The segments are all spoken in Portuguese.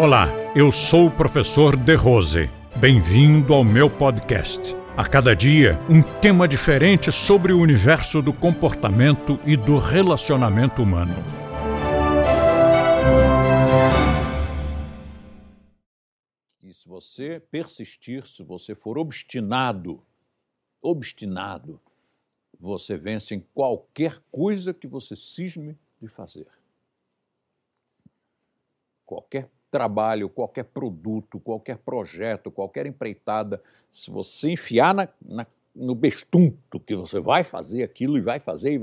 Olá, eu sou o professor De Rose. Bem-vindo ao meu podcast. A cada dia, um tema diferente sobre o universo do comportamento e do relacionamento humano. E se você persistir, se você for obstinado, você vence em qualquer coisa que você cisme de fazer. Qualquer trabalho, qualquer produto, qualquer projeto, qualquer empreitada, se você enfiar no bestunto que você vai fazer aquilo e vai fazer,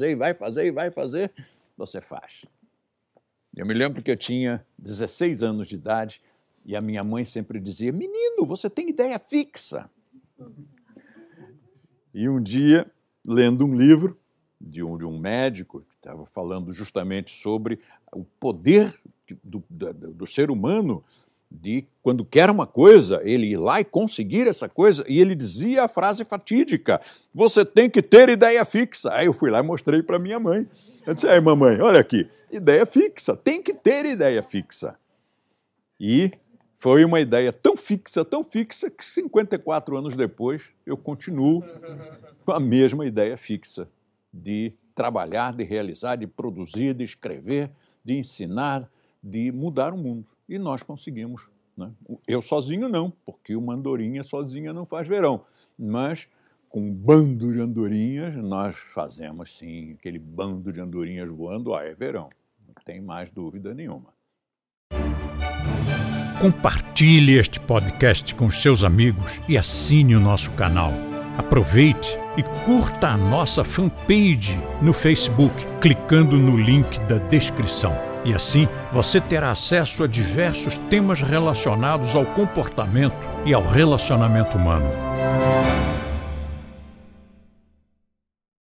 você faz. Eu me lembro que eu tinha 16 anos de idade e a minha mãe sempre dizia: menino, você tem ideia fixa. E um dia, lendo um livro de um médico que estava falando justamente sobre o poder do ser humano de, quando quer uma coisa, ele ir lá e conseguir essa coisa, e ele dizia a frase fatídica: você tem que ter ideia fixa. Aí eu fui lá e mostrei para minha mãe. Eu disse: mamãe, olha aqui, ideia fixa, tem que ter ideia fixa. E foi uma ideia tão fixa, que 54 anos depois eu continuo com a mesma ideia fixa de trabalhar, de realizar, de produzir, de escrever, de ensinar, de mudar o mundo. E nós conseguimos, né? Eu sozinho não, porque uma andorinha sozinha não faz verão. Mas com um bando de andorinhas nós fazemos, sim, aquele bando de andorinhas voando, é verão. Não tem mais dúvida nenhuma. Compartilhe este podcast com os seus amigos e assine o nosso canal. Aproveite e curta a nossa fanpage no Facebook, clicando no link da descrição. E assim você terá acesso a diversos temas relacionados ao comportamento e ao relacionamento humano.